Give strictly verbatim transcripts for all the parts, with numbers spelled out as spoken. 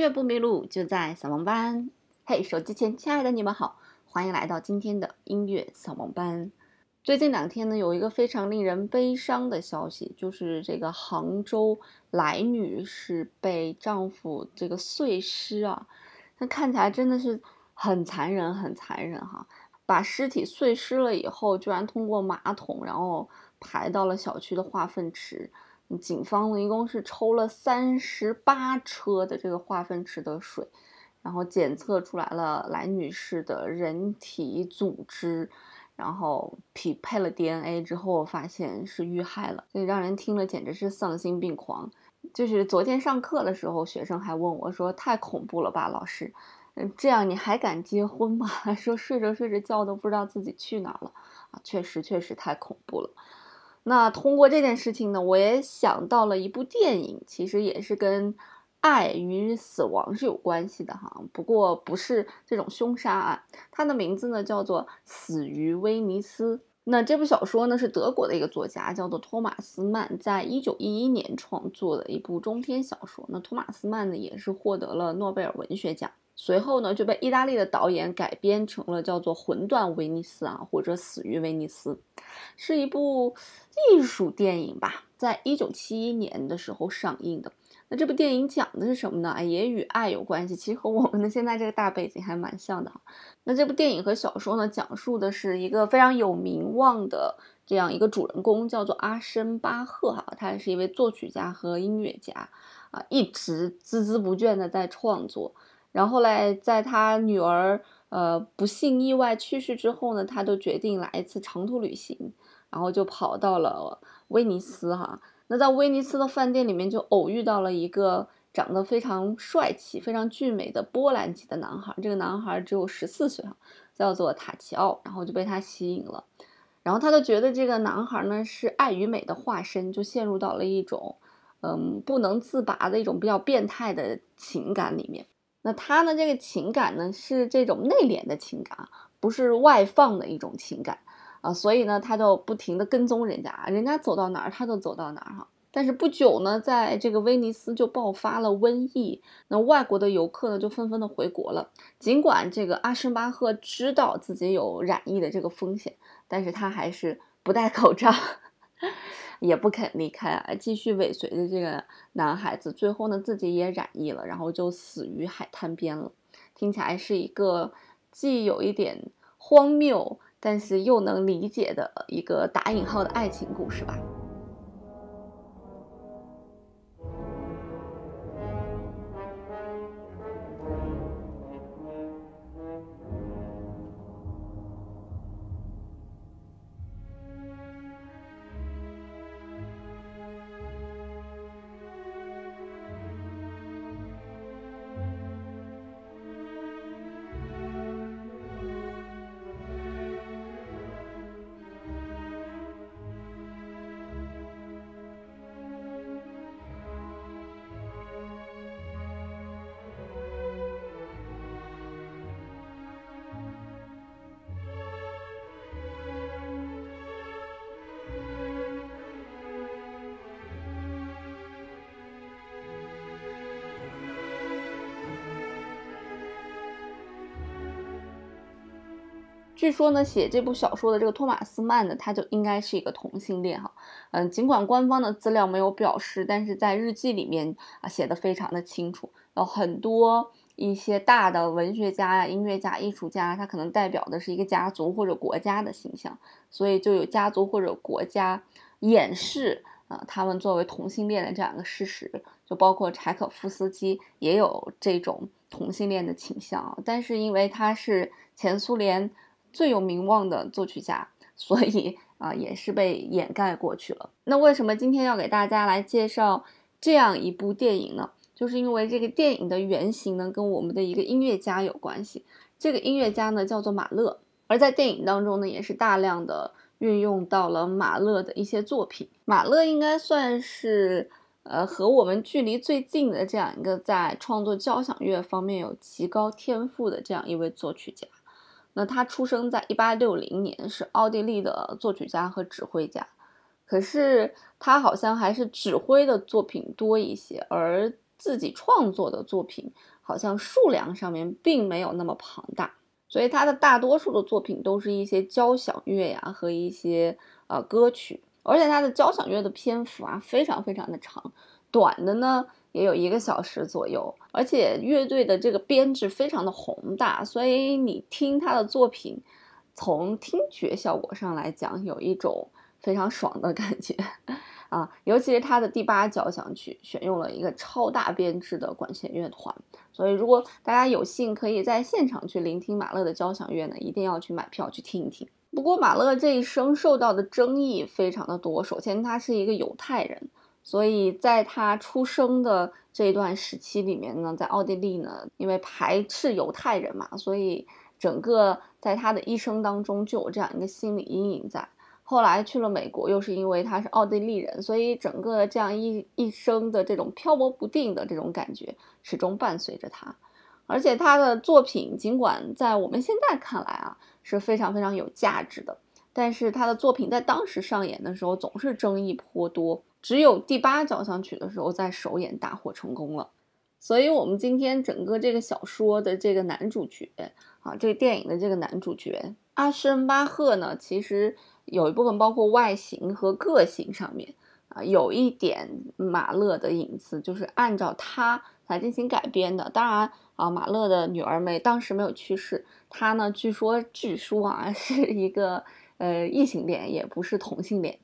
乐不迷路，就在扫盲班。嘿，手机前亲爱的你们好，欢迎来到今天的音乐扫盲班。最近两天呢，有一个非常令人悲伤的消息，就是这个杭州来女士被丈夫这个碎尸啊，那看起来真的是很残忍，很残忍哈。把尸体碎尸了以后，居然通过马桶，然后排到了小区的化粪池。警方呢，一共是抽了三十八车的这个化粪池的水，然后检测出来了来女士的人体组织，然后匹配了 D N A 之后，发现是遇害了，所以让人听了简直是丧心病狂。就是昨天上课的时候，学生还问我说：“太恐怖了吧，老师？嗯，这样你还敢结婚吗？”说睡着睡着觉都不知道自己去哪儿了啊！确实，确实太恐怖了。那通过这件事情呢，我也想到了一部电影，其实也是跟爱与死亡是有关系的哈，不过不是这种凶杀案，它的名字呢叫做《死于威尼斯》。那这部小说呢是德国的一个作家叫做托马斯曼在一九一一年创作的一部中篇小说。那托马斯曼呢也是获得了诺贝尔文学奖，随后呢就被意大利的导演改编成了叫做《魂断威尼斯》啊，或者《死于威尼斯》，是一部艺术电影吧，在一九七一年的时候上映的。那这部电影讲的是什么呢？也与爱有关系，其实和我们的现在这个大背景还蛮像的。那这部电影和小说呢，讲述的是一个非常有名望的这样一个主人公，叫做阿申巴赫哈，他是一位作曲家和音乐家啊，一直孜孜不倦的在创作。然后来在他女儿呃不幸意外去世之后呢，他就决定来一次长途旅行，然后就跑到了威尼斯哈。那在威尼斯的饭店里面就偶遇到了一个长得非常帅气、非常俊美的波兰籍的男孩，这个男孩只有十四岁哈，叫做塔奇奥，然后就被他吸引了。然后他就觉得这个男孩呢是爱与美的化身，就陷入到了一种嗯不能自拔的一种比较变态的情感里面。那他呢这个情感呢是这种内敛的情感，不是外放的一种情感啊，所以呢他就不停的跟踪人家，人家走到哪儿他就走到哪儿哈。但是不久呢，在这个威尼斯就爆发了瘟疫，那外国的游客呢就纷纷的回国了。尽管这个阿申巴赫知道自己有染疫的这个风险，但是他还是不戴口罩，也不肯离开啊，继续尾随着这个男孩子。最后呢，自己也染疫了，然后就死于海滩边了。听起来是一个既有一点荒谬，但是又能理解的一个打引号的爱情故事吧。据说呢，写这部小说的这个托马斯曼呢，他就应该是一个同性恋哈。嗯，尽管官方的资料没有表示，但是在日记里面啊写的非常的清楚。有很多一些大的文学家、音乐家、艺术家，他可能代表的是一个家族或者国家的形象，所以就有家族或者国家掩饰啊、呃、他们作为同性恋的这样一个事实。就包括柴可夫斯基也有这种同性恋的倾向，但是因为他是前苏联最有名望的作曲家，所以啊、呃、也是被掩盖过去了。那为什么今天要给大家来介绍这样一部电影呢？就是因为这个电影的原型呢跟我们的一个音乐家有关系。这个音乐家呢叫做马勒，而在电影当中呢也是大量的运用到了马勒的一些作品。马勒应该算是呃和我们距离最近的这样一个在创作交响乐方面有极高天赋的这样一位作曲家。那他出生在一八六零年，是奥地利的作曲家和指挥家。可是他好像还是指挥的作品多一些，而自己创作的作品好像数量上面并没有那么庞大，所以他的大多数的作品都是一些交响乐呀和一些呃歌曲，而且他的交响乐的篇幅啊非常非常的长，短的呢也有一个小时左右，而且乐队的这个编制非常的宏大，所以你听他的作品，从听觉效果上来讲，有一种非常爽的感觉啊，尤其是他的第八交响曲选用了一个超大编制的管弦乐团，所以如果大家有幸可以在现场去聆听马勒的交响乐呢，一定要去买票去听一听。不过马勒这一生受到的争议非常的多，首先他是一个犹太人，所以在他出生的这一段时期里面呢，在奥地利呢，因为排斥犹太人嘛，所以整个在他的一生当中就有这样一个心理阴影在。后来去了美国，又是因为他是奥地利人，所以整个这样一一生的这种漂泊不定的这种感觉始终伴随着他。而且他的作品尽管在我们现在看来啊是非常非常有价值的，但是他的作品在当时上演的时候总是争议颇多，只有第八交响曲的时候在首演大获成功了。所以我们今天整个这个小说的这个男主角啊，这个电影的这个男主角阿什恩巴赫呢，其实有一部分包括外形和个性上面啊，有一点马勒的影子，就是按照他来进行改编的。当然啊，马勒的女儿没当时没有去世，他呢据说据说啊是一个呃异性恋，也不是同性恋。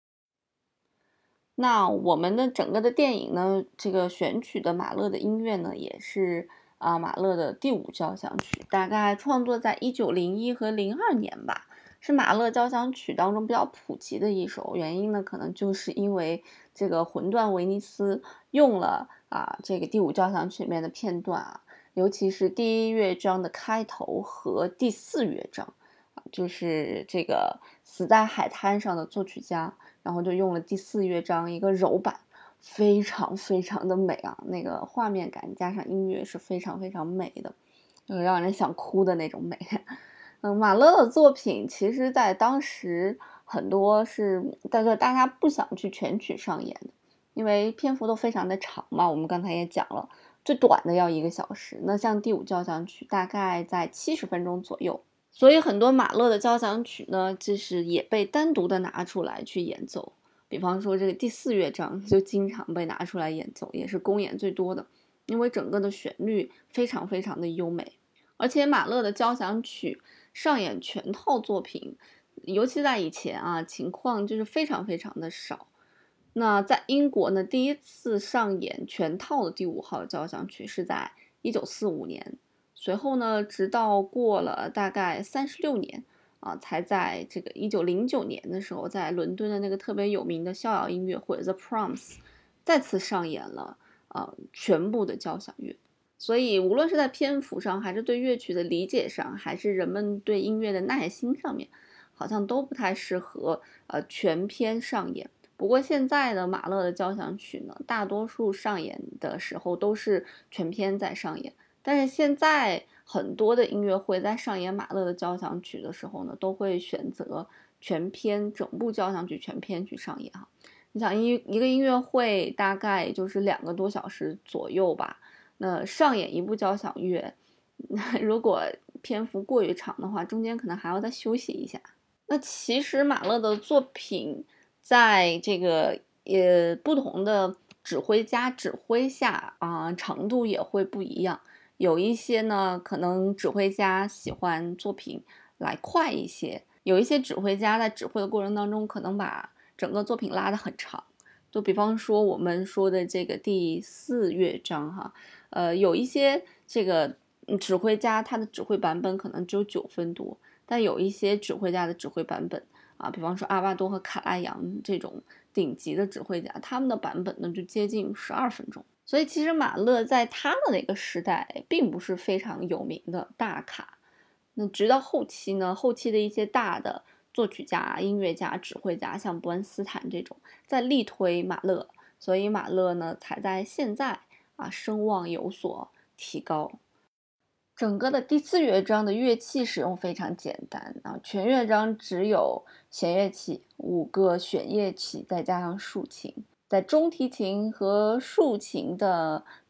那我们的整个的电影呢，这个选取的马勒的音乐呢，也是啊马勒的第五交响曲，大概创作在一九零一和零二年吧，是马勒交响曲当中比较普及的一首。原因呢，可能就是因为这个魂断威尼斯用了啊这个第五交响曲里面的片段啊，尤其是第一乐章的开头和第四乐章啊，就是这个死在海滩上的作曲家。然后就用了第四乐章一个柔版，非常非常的美啊，那个画面感加上音乐是非常非常美的，就让人想哭的那种美。嗯，马勒的作品其实在当时很多是但是大家不想去全曲上演的，因为篇幅都非常的长嘛，我们刚才也讲了，最短的要一个小时，那像第五交响曲大概在七十分钟左右。所以很多马勒的交响曲呢，就是也被单独的拿出来去演奏，比方说这个第四乐章就经常被拿出来演奏，也是公演最多的，因为整个的旋律非常非常的优美。而且马勒的交响曲上演全套作品，尤其在以前啊，情况就是非常非常的少。那在英国呢，第一次上演全套的第五号交响曲是在一九四五年。随后呢，直到过了大概三十六年啊，才在这个一九零九年的时候，在伦敦的那个特别有名的逍遥音乐会 The Proms 再次上演了啊全部的交响乐。所以无论是在篇幅上，还是对乐曲的理解上，还是人们对音乐的耐心上面，好像都不太适合呃全篇上演。不过现在的马勒的交响曲呢，大多数上演的时候都是全篇在上演。但是现在很多的音乐会在上演马勒的交响曲的时候呢，都会选择全篇整部交响曲全篇去上演哈。你想一一个音乐会大概就是两个多小时左右吧，那上演一部交响乐，如果篇幅过于长的话，中间可能还要再休息一下。那其实马勒的作品在这个也不同的指挥家指挥下啊、呃，长度也会不一样。有一些呢，可能指挥家喜欢作品来快一些，有一些指挥家在指挥的过程当中，可能把整个作品拉得很长。就比方说我们说的这个第四乐章哈，呃，有一些这个指挥家他的指挥版本可能只有九分多，但有一些指挥家的指挥版本啊，比方说阿巴多和卡拉扬这种顶级的指挥家，他们的版本呢就接近十二分钟。所以其实马勒在他的那个时代并不是非常有名的大咖，那直到后期呢，后期的一些大的作曲家、音乐家、指挥家，像伯恩斯坦这种，在力推马勒，所以马勒呢才在现在啊声望有所提高。整个的第四乐章的乐器使用非常简单啊，全乐章只有弦乐器五个弦乐器，再加上竖琴。在中提琴和竖琴的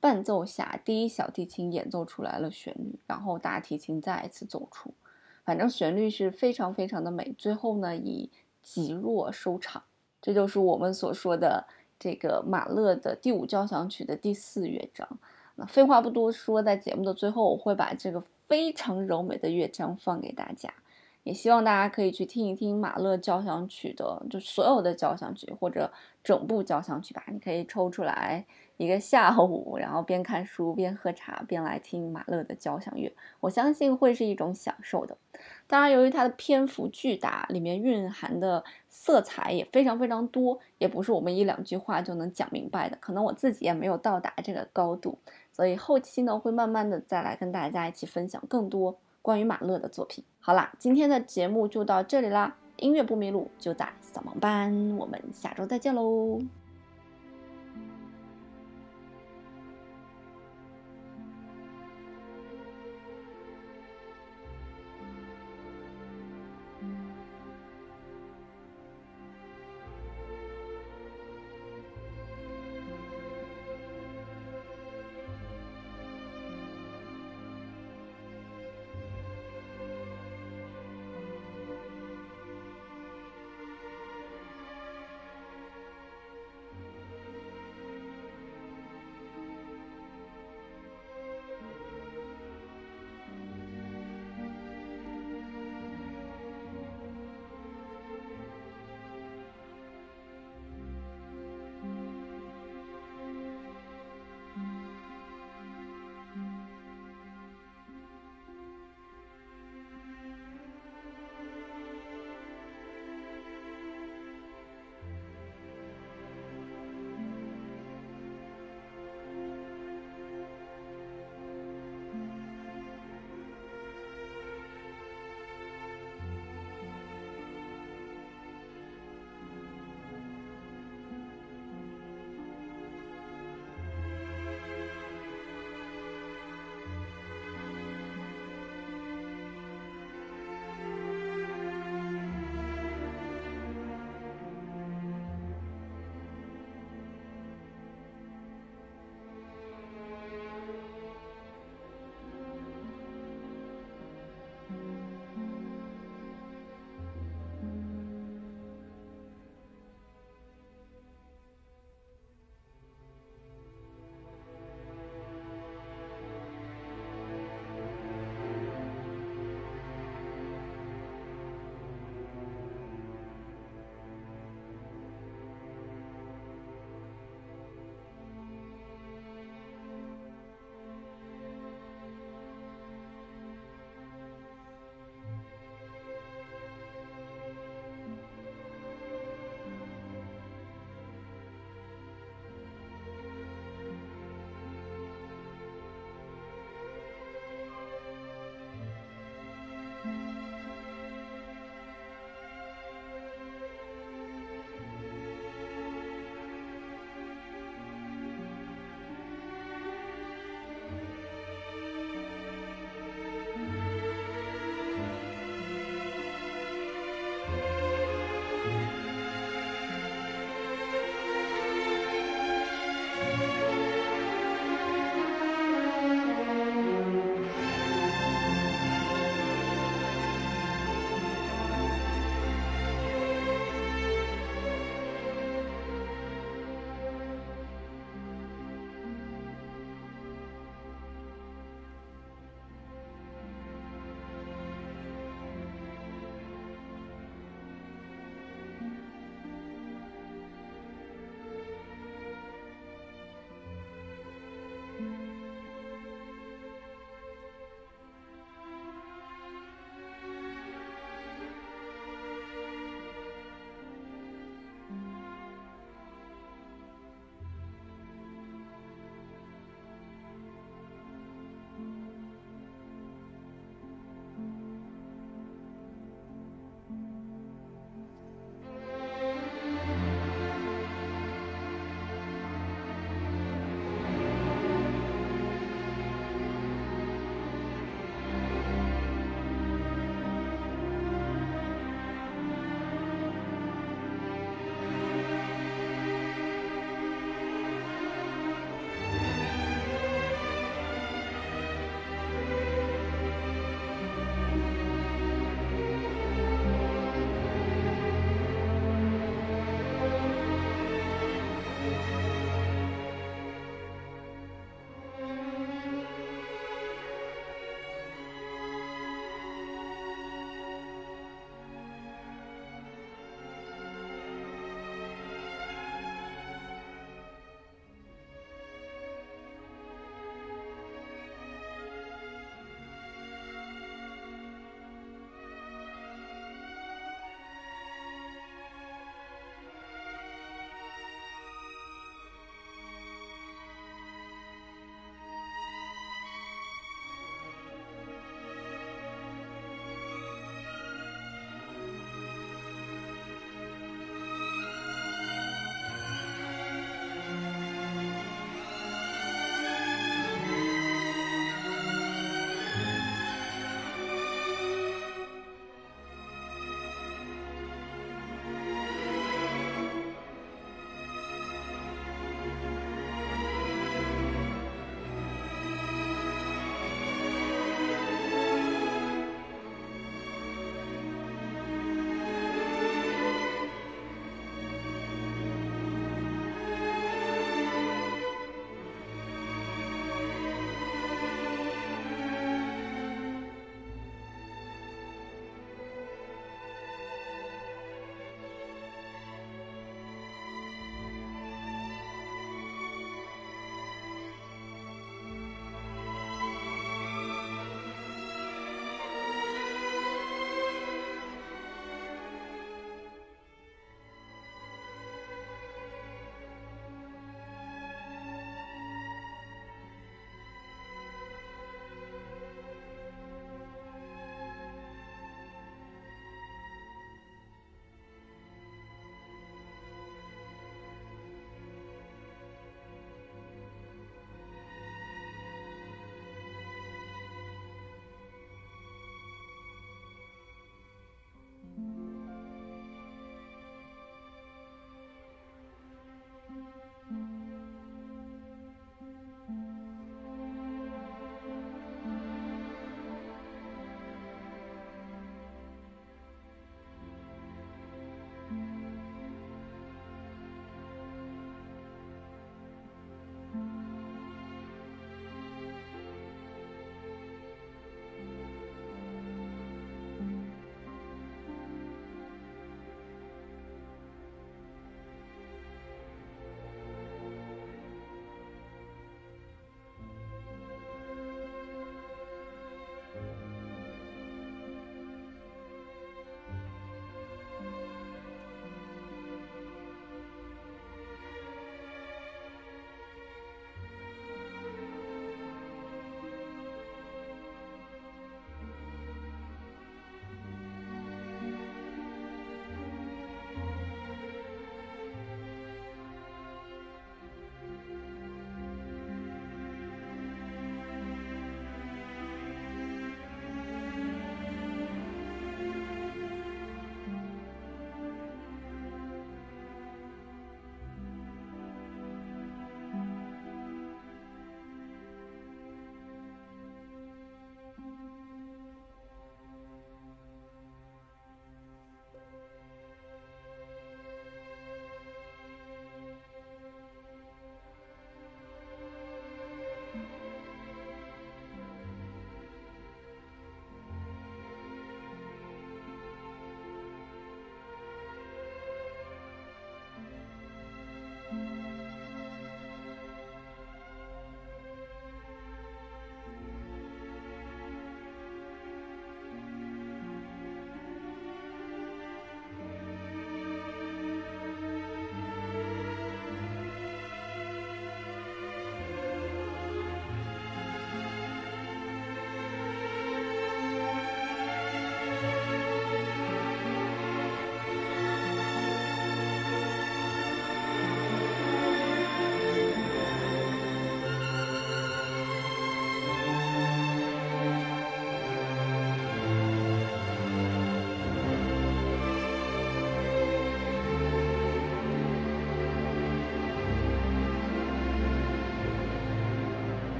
伴奏下，第一小提琴演奏出来了旋律，然后大提琴再一次奏出，反正旋律是非常非常的美，最后呢以极弱收场。这就是我们所说的这个马勒的第五交响曲的第四乐章。那废话不多说，在节目的最后我会把这个非常柔美的乐章放给大家，也希望大家可以去听一听马勒交响曲的，就所有的交响曲或者整部交响曲吧。你可以抽出来一个下午，然后边看书边喝茶边来听马勒的交响乐，我相信会是一种享受的。当然由于它的篇幅巨大，里面蕴含的色彩也非常非常多，也不是我们一两句话就能讲明白的，可能我自己也没有到达这个高度，所以后期呢会慢慢的再来跟大家一起分享更多关于马勒的作品。好啦，今天的节目就到这里啦，音乐不迷路就在扫盲班，我们下周再见喽。